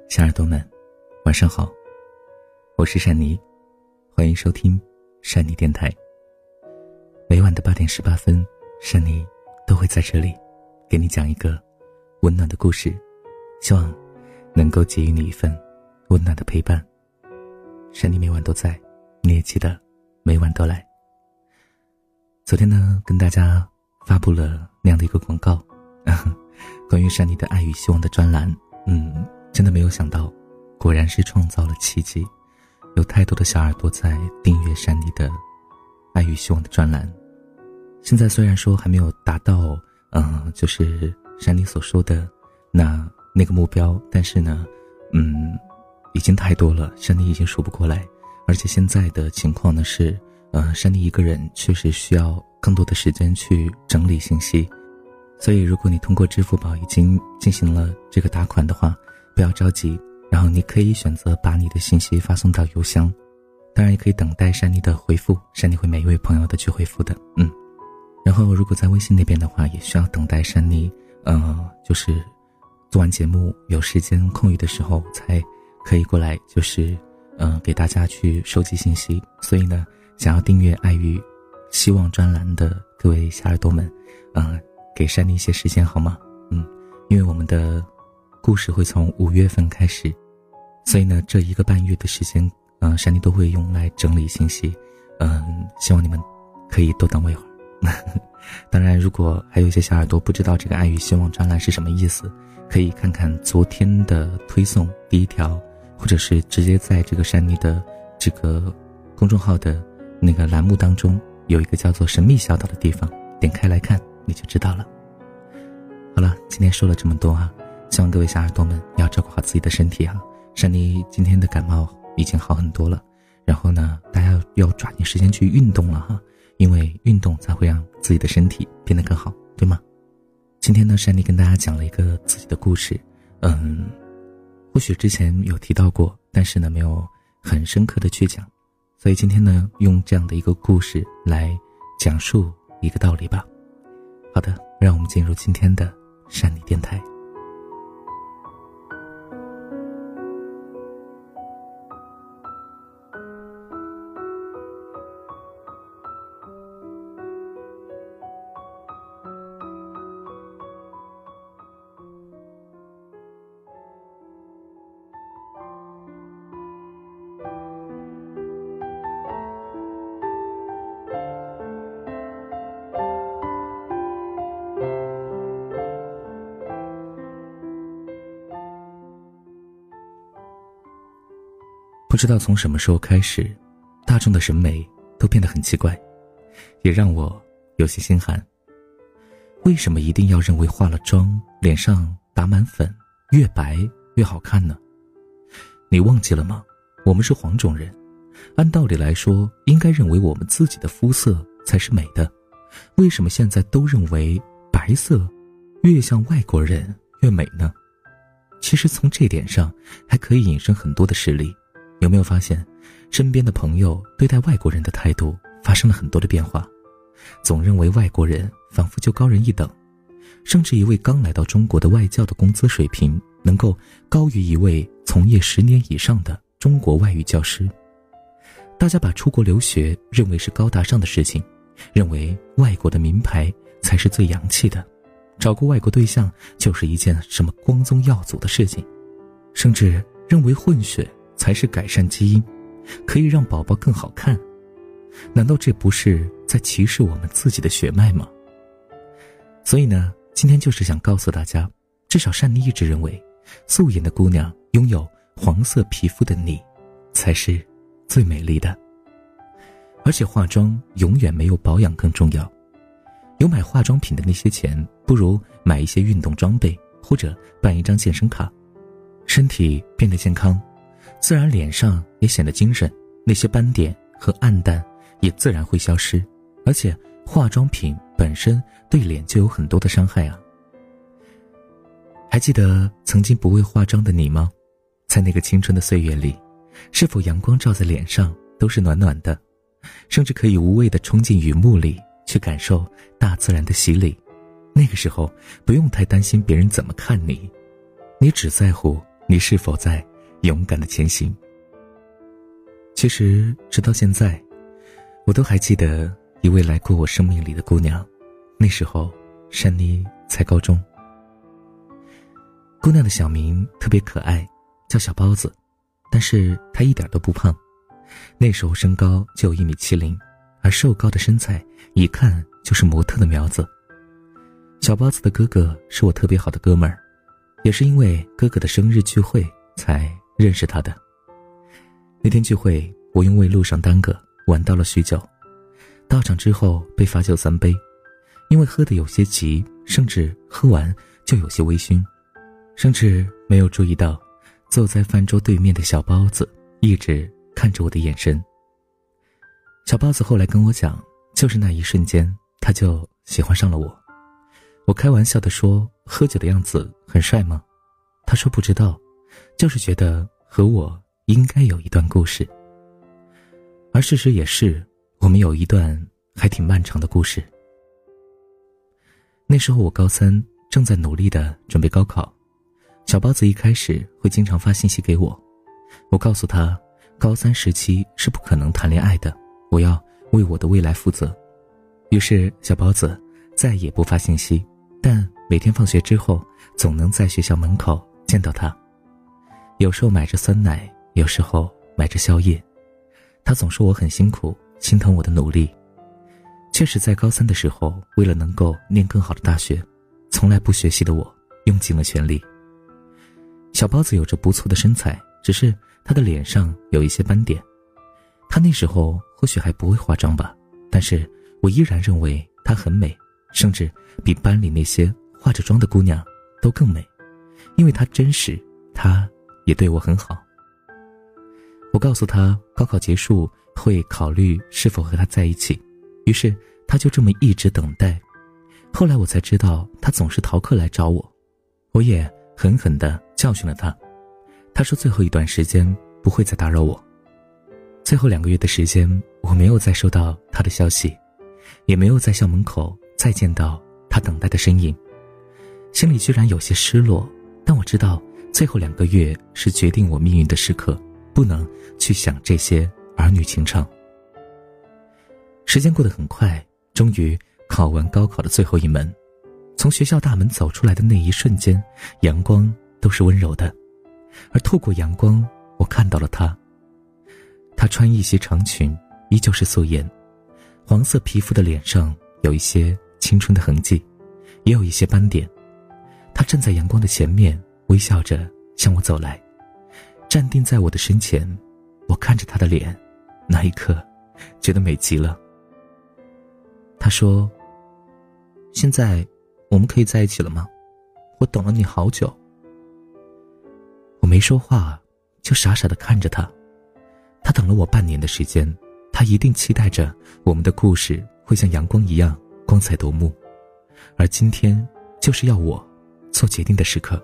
小耳朵们，晚上好，我是珊妮，欢迎收听珊妮电台。每晚的8点18分，珊妮都会在这里给你讲一个温暖的故事，希望能够给予你一份温暖的陪伴。珊妮每晚都在，你也记得每晚都来。昨天呢，跟大家发布了那样的一个广告，关于珊妮的爱与希望的专栏。真的没有想到，果然是创造了奇迹，有太多的小耳朵在订阅珊妮的爱与希望的专栏。现在虽然说还没有达到就是珊妮所说的那个目标，但是呢已经太多了，珊妮已经数不过来。而且现在的情况呢是珊妮一个人确实需要更多的时间去整理信息，所以如果你通过支付宝已经进行了这个打款的话，不要着急，然后你可以选择把你的信息发送到邮箱，当然也可以等待珊妮的回复，珊妮会每一位朋友的去回复的。然后如果在微信那边的话，也需要等待珊妮就是做完节目有时间空余的时候才可以过来，就是给大家去收集信息。所以呢，想要订阅爱与希望专栏的各位小耳朵们，给珊妮一些时间好吗？因为我们的故事会从5月份开始，所以呢，这1个半月的时间，珊妮都会用来整理信息。希望你们可以多等我一会儿。当然，如果还有一些小耳朵不知道这个爱与希望专栏是什么意思，可以看看昨天的推送第1条，或者是直接在这个珊妮的这个公众号的那个栏目当中，有一个叫做神秘小岛的地方，点开来看你就知道了。好了，今天说了这么多希望各位小耳朵们要照顾好自己的身体珊妮今天的感冒已经好很多了，然后呢，大家要抓紧时间去运动了因为运动才会让自己的身体变得更好，对吗？今天呢，珊妮跟大家讲了一个自己的故事，或许之前有提到过，但是呢，没有很深刻的去讲，所以今天呢，用这样的一个故事来讲述一个道理吧。好的，让我们进入今天的珊妮电台。不知道从什么时候开始，大众的审美都变得很奇怪，也让我有些心寒。为什么一定要认为化了妆，脸上打满粉，越白越好看呢？你忘记了吗？我们是黄种人，按道理来说，应该认为我们自己的肤色才是美的。为什么现在都认为白色越像外国人越美呢？其实从这点上还可以引申很多的事例。有没有发现身边的朋友对待外国人的态度发生了很多的变化？总认为外国人仿佛就高人一等，甚至一位刚来到中国的外教的工资水平能够高于一位从业10年以上的中国外语教师。大家把出国留学认为是高大上的事情，认为外国的名牌才是最洋气的，找个外国对象就是一件什么光宗耀祖的事情，甚至认为混血才是改善基因，可以让宝宝更好看。难道这不是在歧视我们自己的血脉吗？所以呢，今天就是想告诉大家，至少珊妮一直认为，素颜的姑娘拥有黄色皮肤的你才是最美丽的。而且化妆永远没有保养更重要，有买化妆品的那些钱，不如买一些运动装备，或者办一张健身卡。身体变得健康，自然脸上也显得精神，那些斑点和暗淡也自然会消失。而且化妆品本身对脸就有很多的伤害还记得曾经不会化妆的你吗？在那个青春的岁月里，是否阳光照在脸上都是暖暖的，甚至可以无畏地冲进雨幕里去感受大自然的洗礼？那个时候不用太担心别人怎么看你，你只在乎你是否在勇敢的前行？其实直到现在，我都还记得一位来过我生命里的姑娘，那时候珊妮才高中。姑娘的小名特别可爱，叫小包子，但是她一点都不胖，那时候身高就有1.70米，而瘦高的身材一看就是模特的苗子。小包子的哥哥是我特别好的哥们儿，也是因为哥哥的生日聚会才认识他的。那天聚会，我因为路上耽搁晚到了许久，到场之后被罚酒3杯，因为喝得有些急，甚至喝完就有些微醺，甚至没有注意到坐在饭桌对面的小包子一直看着我的眼神。小包子后来跟我讲，就是那一瞬间他就喜欢上了我。我开玩笑地说，喝酒的样子很帅吗？他说不知道，就是觉得和我应该有一段故事。而事实也是，我们有一段还挺漫长的故事。那时候我高3，正在努力地准备高考。小包子一开始会经常发信息给我，我告诉他，高3时期是不可能谈恋爱的，我要为我的未来负责。于是小包子再也不发信息，但每天放学之后总能在学校门口见到他，有时候买着酸奶，有时候买着宵夜。他总说我很辛苦，心疼我的努力。确实在高3的时候，为了能够念更好的大学，从来不学习的我用尽了全力。小包子有着不错的身材，只是他的脸上有一些斑点。他那时候或许还不会化妆吧，但是我依然认为她很美，甚至比班里那些化着妆的姑娘都更美，因为她真实，她也对我很好。我告诉她高考结束会考虑是否和她在一起，于是她就这么一直等待。后来我才知道她总是逃课来找我，我也狠狠地教训了她。她说最后一段时间不会再打扰我。最后2个月的时间，我没有再收到她的消息，也没有在校门口再见到她等待的身影，心里居然有些失落。但我知道最后2个月是决定我命运的时刻，不能去想这些儿女情长。时间过得很快，终于考完高考的最后一门。从学校大门走出来的那一瞬间，阳光都是温柔的，而透过阳光，我看到了她。她穿一袭长裙，依旧是素颜，黄色皮肤的脸上有一些青春的痕迹，也有一些斑点。她站在阳光的前面，微笑着向我走来，站定在我的身前。我看着她的脸，那一刻觉得美极了。她说，现在我们可以在一起了吗？我等了你好久。我没说话，就傻傻地看着她。她等了我半年的时间，她一定期待着我们的故事会像阳光一样光彩夺目，而今天就是要我做决定的时刻。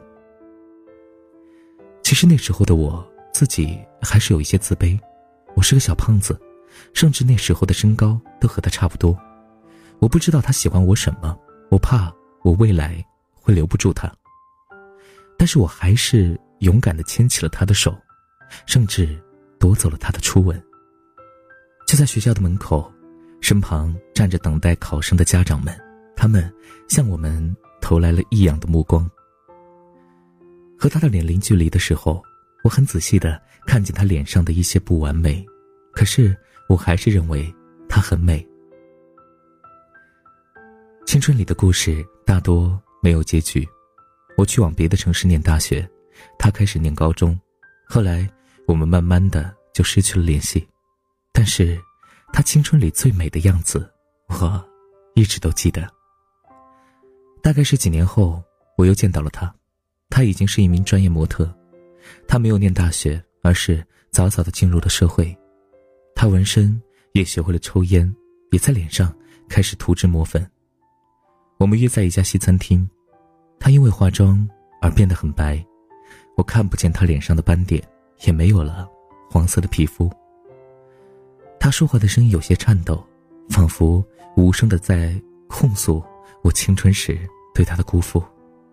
其实那时候的我自己还是有一些自卑，我是个小胖子，甚至那时候的身高都和他差不多。我不知道他喜欢我什么，我怕我未来会留不住他。但是我还是勇敢地牵起了他的手，甚至夺走了他的初吻。就在学校的门口，身旁站着等待考生的家长们，他们向我们投来了异样的目光。和他的脸零距离的时候，我很仔细地看见他脸上的一些不完美，可是我还是认为他很美。青春里的故事大多没有结局，我去往别的城市念大学，他开始念高中，后来我们慢慢的就失去了联系。但是他青春里最美的样子，我一直都记得。大概是几年后，我又见到了他，他已经是一名专业模特。他没有念大学，而是早早的进入了社会。他纹身，也学会了抽烟，也在脸上开始涂脂抹粉。我们约在一家西餐厅，他因为化妆而变得很白，我看不见他脸上的斑点，也没有了黄色的皮肤。他说话的声音有些颤抖，仿佛无声的在控诉我青春时对他的辜负。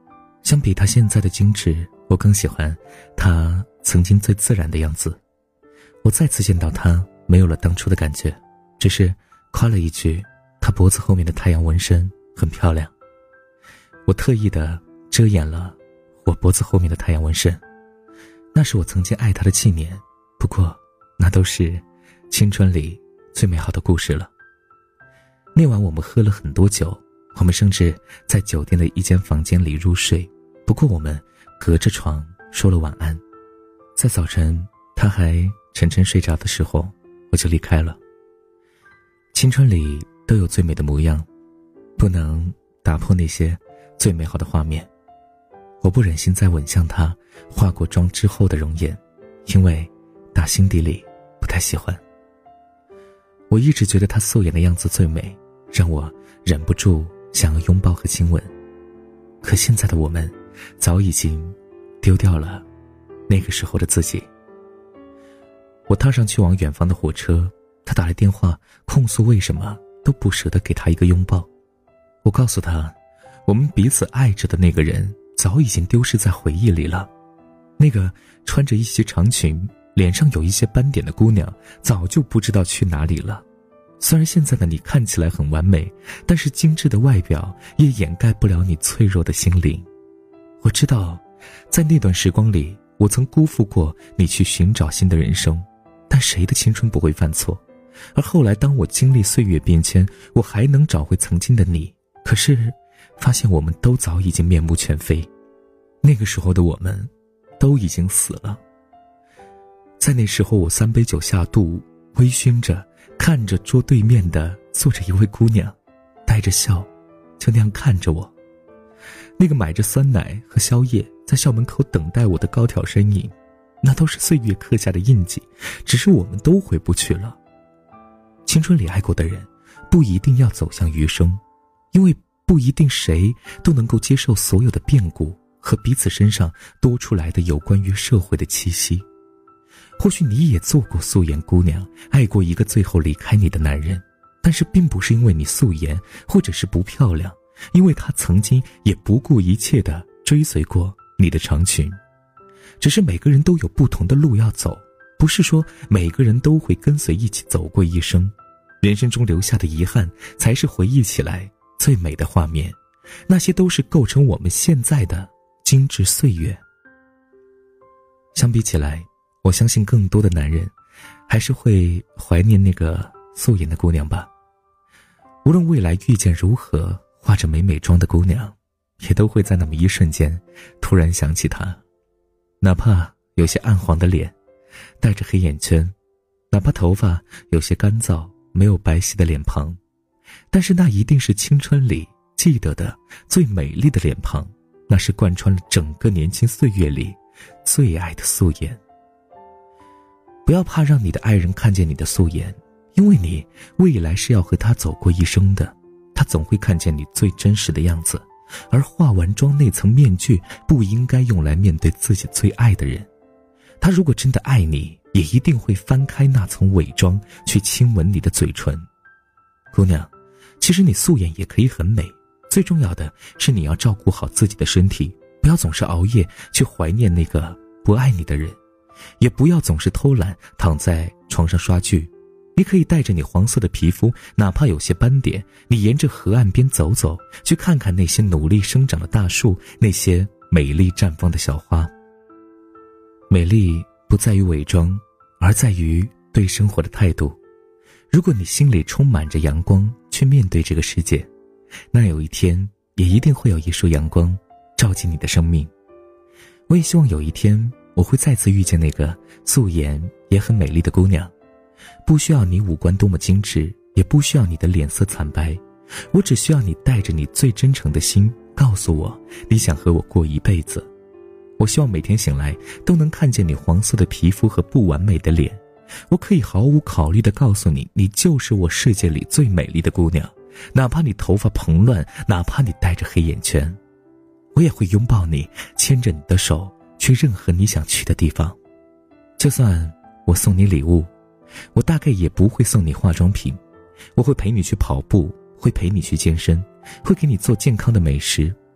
相比她现在的精致，我更喜欢她曾经最自然的样子。我再次见到她，没有了当初的感觉，只是夸了一句她脖子后面的太阳纹身很漂亮。我特意的遮掩了我脖子后面的太阳纹身，那是我曾经爱她的纪念，不过那都是青春里最美好的故事了。那晚我们喝了很多酒，我们甚至在酒店的一间房间里入睡，不过我们隔着床说了晚安。在早晨他还沉沉睡着的时候，我就离开了。青春里都有最美的模样，不能打破那些最美好的画面。我不忍心再吻向他化过妆之后的容颜，因为打心底里不太喜欢。我一直觉得他素颜的样子最美，让我忍不住想要拥抱和亲吻。可现在的我们早已经丢掉了那个时候的自己。我踏上去往远方的火车，他打来电话控诉为什么都不舍得给他一个拥抱。我告诉他，我们彼此爱着的那个人早已经丢失在回忆里了。那个穿着一袭长裙，脸上有一些斑点的姑娘早就不知道去哪里了。虽然现在的你看起来很完美，但是精致的外表也掩盖不了你脆弱的心灵。我知道在那段时光里，我曾辜负过你去寻找新的人生，但谁的青春不会犯错？而后来当我经历岁月变迁，我还能找回曾经的你，可是发现我们都早已经面目全非。那个时候的我们都已经死了。在那时候，我3杯酒下肚，微醺着看着桌对面的坐着一位姑娘，带着笑就那样看着我。那个买着酸奶和宵夜在校门口等待我的高挑身影，那都是岁月刻下的印记，只是我们都回不去了。青春里爱过的人不一定要走向余生，因为不一定谁都能够接受所有的变故和彼此身上多出来的有关于社会的气息。或许你也做过素颜姑娘，爱过一个最后离开你的男人，但是并不是因为你素颜或者是不漂亮，因为他曾经也不顾一切地追随过你的长裙。只是每个人都有不同的路要走，不是说每个人都会跟随一起走过一生。人生中留下的遗憾才是回忆起来最美的画面，那些都是构成我们现在的精致岁月。相比起来，我相信更多的男人还是会怀念那个素颜的姑娘吧。无论未来遇见如何化着美美妆的姑娘，也都会在那么一瞬间突然想起她。哪怕有些暗黄的脸，带着黑眼圈，哪怕头发有些干燥，没有白皙的脸庞，但是那一定是青春里记得的最美丽的脸庞，那是贯穿了整个年轻岁月里最爱的素颜。不要怕让你的爱人看见你的素颜，因为你未来是要和他走过一生的，他总会看见你最真实的样子。而化完妆那层面具不应该用来面对自己最爱的人，他如果真的爱你，也一定会翻开那层伪装去亲吻你的嘴唇。姑娘，其实你素颜也可以很美，最重要的是你要照顾好自己的身体，不要总是熬夜去怀念那个不爱你的人，也不要总是偷懒躺在床上刷剧。你可以带着你黄色的皮肤，哪怕有些斑点，你沿着河岸边走走，去看看那些努力生长的大树，那些美丽绽放的小花。美丽不在于伪装，而在于对生活的态度。如果你心里充满着阳光去面对这个世界，那有一天也一定会有一束阳光照进你的生命。我也希望有一天我会再次遇见那个素颜也很美丽的姑娘，不需要你五官多么精致，也不需要你的脸色惨白，我只需要你带着你最真诚的心告诉我你想和我过一辈子。我希望每天醒来都能看见你黄色的皮肤和不完美的脸，我可以毫无考虑地告诉你，你就是我世界里最美丽的姑娘，哪怕你头发蓬乱，哪怕你带着黑眼圈，我也会拥抱你，牵着你的手去任何你想去的地方。就算我送你礼物，我大概也不会送你化妆品，我会陪你去跑步，会陪你去健身，会给你做健康的美食，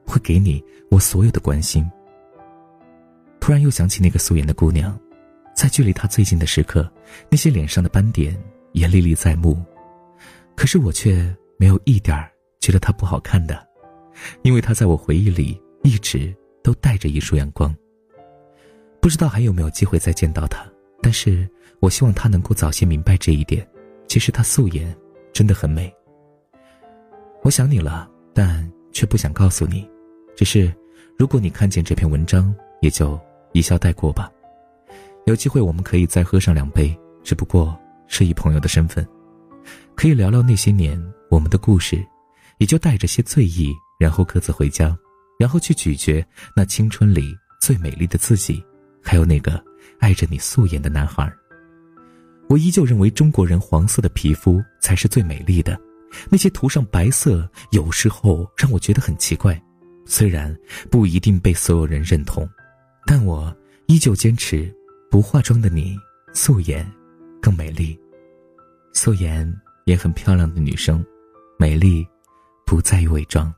会给你我所有的关心。突然又想起那个素颜的姑娘，在距离她最近的时刻，那些脸上的斑点也历历在目，可是我却没有一点觉得她不好看的，因为她在我回忆里一直都带着一束阳光。不知道还有没有机会再见到她，但是我希望她能够早些明白这一点，其实她素颜真的很美。我想你了，但却不想告诉你，只是如果你看见这篇文章，也就一笑带过吧。有机会我们可以再喝上2杯，只不过是以朋友的身份，可以聊聊那些年我们的故事，也就带着些醉意，然后各自回家，然后去咀嚼那青春里最美丽的自己，还有那个爱着你素颜的男孩。我依旧认为中国人黄色的皮肤才是最美丽的，那些涂上白色有时候让我觉得很奇怪，虽然不一定被所有人认同，但我依旧坚持不化妆的你素颜更美丽。素颜也很漂亮的女生，美丽不在于伪装。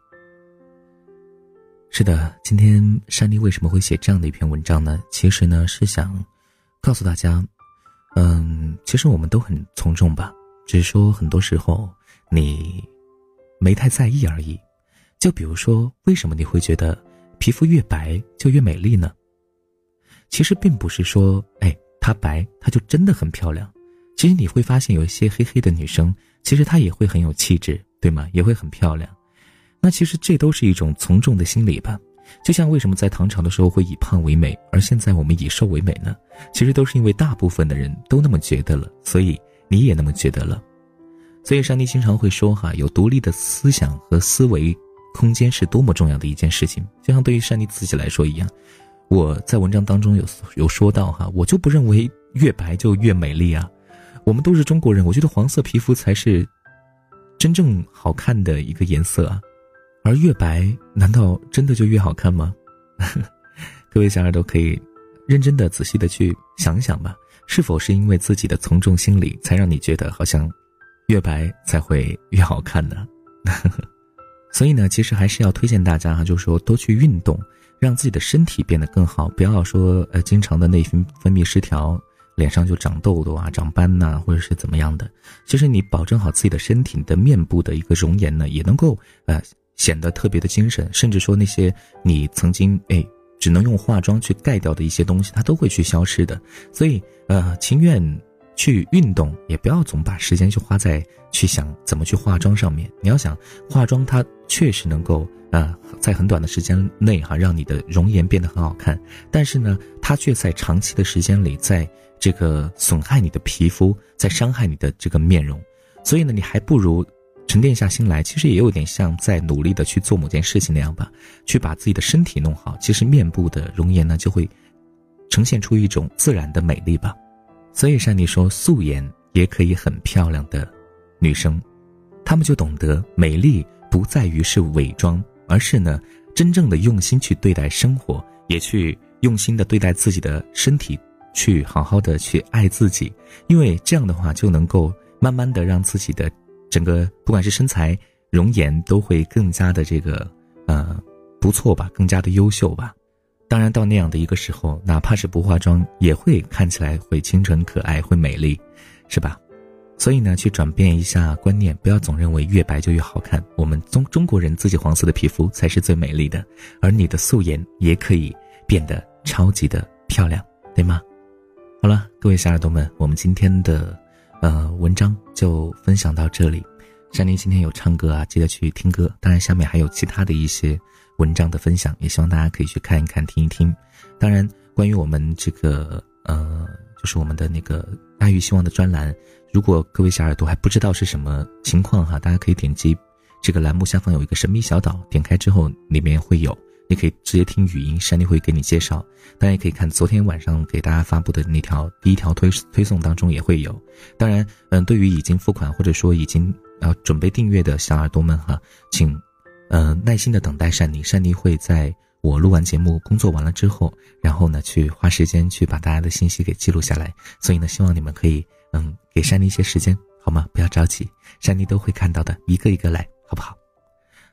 是的，今天珊妮为什么会写这样的一篇文章呢？其实呢是想告诉大家，其实我们都很从众吧，只是说很多时候你没太在意而已。就比如说，为什么你会觉得皮肤越白就越美丽呢？其实并不是说她白她就真的很漂亮，其实你会发现有一些黑黑的女生，其实她也会很有气质，对吗？也会很漂亮。那其实这都是一种从众的心理吧。就像为什么在唐朝的时候会以胖为美，而现在我们以瘦为美呢？其实都是因为大部分的人都那么觉得了，所以你也那么觉得了。所以珊妮经常会说有独立的思想和思维空间是多么重要的一件事情。就像对于珊妮自己来说一样，我在文章当中有说到我就不认为越白就越美丽啊。我们都是中国人，我觉得黄色皮肤才是真正好看的一个颜色啊。而越白难道真的就越好看吗？各位小耳朵可以认真的仔细的去想想吧，是否是因为自己的从众心理才让你觉得好像越白才会越好看呢？所以呢，其实还是要推荐大家就是说多去运动，让自己的身体变得更好，不要说经常的内分泌失调，脸上就长痘痘啊、长斑呐，或者是怎么样的。其实你保证好自己的身体，你的面部的一个容颜呢，也能够显得特别的精神，甚至说那些你曾经只能用化妆去盖掉的一些东西，它都会去消失的。所以情愿去运动，也不要总把时间去花在去想怎么去化妆上面。你要想化妆它确实能够在很短的时间内让你的容颜变得很好看，但是呢它却在长期的时间里在这个损害你的皮肤，在伤害你的这个面容。所以呢你还不如沉淀下心来，其实也有点像在努力的去做某件事情那样吧，去把自己的身体弄好，其实面部的容颜呢就会呈现出一种自然的美丽吧。所以珊妮说，素颜也可以很漂亮的女生，她们就懂得美丽不在于是伪装，而是呢真正的用心去对待生活，也去用心的对待自己的身体，去好好的去爱自己。因为这样的话就能够慢慢的让自己的整个不管是身材容颜都会更加的这个不错吧，更加的优秀吧。当然到那样的一个时候，哪怕是不化妆也会看起来会清纯可爱，会美丽，是吧？所以呢去转变一下观念，不要总认为越白就越好看，我们中国人自己黄色的皮肤才是最美丽的，而你的素颜也可以变得超级的漂亮，对吗？好了，各位小耳朵们，我们今天的文章就分享到这里。珊妮今天有唱歌记得去听歌，当然下面还有其他的一些文章的分享，也希望大家可以去看一看听一听。当然关于我们这个就是我们的那个爱与希望的专栏，如果各位小耳朵还不知道是什么情况大家可以点击这个栏目下方有一个神秘小岛，点开之后里面会有，你可以直接听语音，珊妮会给你介绍。当然也可以看昨天晚上给大家发布的那条第一条推送当中也会有。当然对于已经付款或者说已经准备订阅的小耳朵们请耐心的等待珊妮会在我录完节目工作完了之后，然后呢去花时间去把大家的信息给记录下来。所以呢希望你们可以给珊妮一些时间好吗？不要着急，珊妮都会看到的，一个一个来，好不好？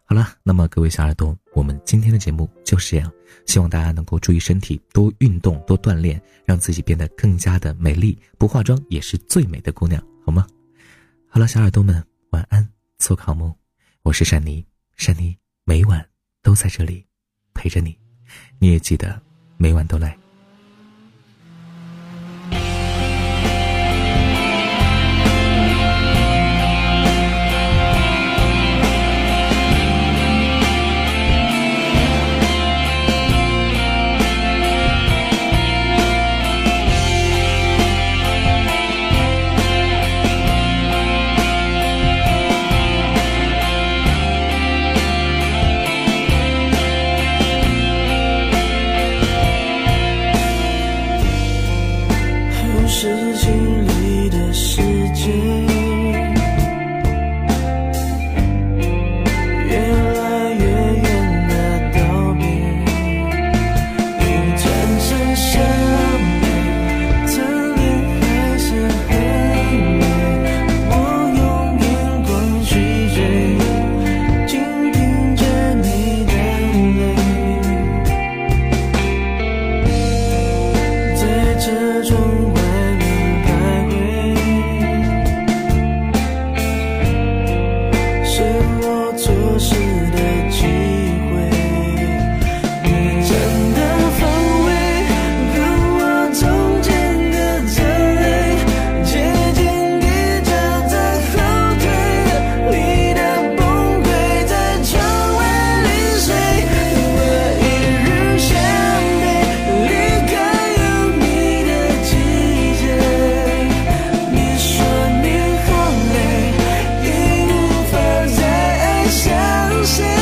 好了，那么各位小耳朵，我们今天的节目就是这样，希望大家能够注意身体，多运动，多锻炼，让自己变得更加的美丽，不化妆也是最美的姑娘，好吗？好了，小耳朵们，晚安，做个好梦。我是珊妮，珊妮每晚都在这里陪着你，你也记得每晚都来。 是经历的时间越来越远的道别，你转身向背，侧脸还是很美，我用眼光去追，倾听着你的泪，在这窗外做事的机会，你站的方位跟我中间隔着泪，渐渐地就在后退，你的崩溃在窗外淋水，我一日相背，离开有你的季节，你说你好累，已无法再相信。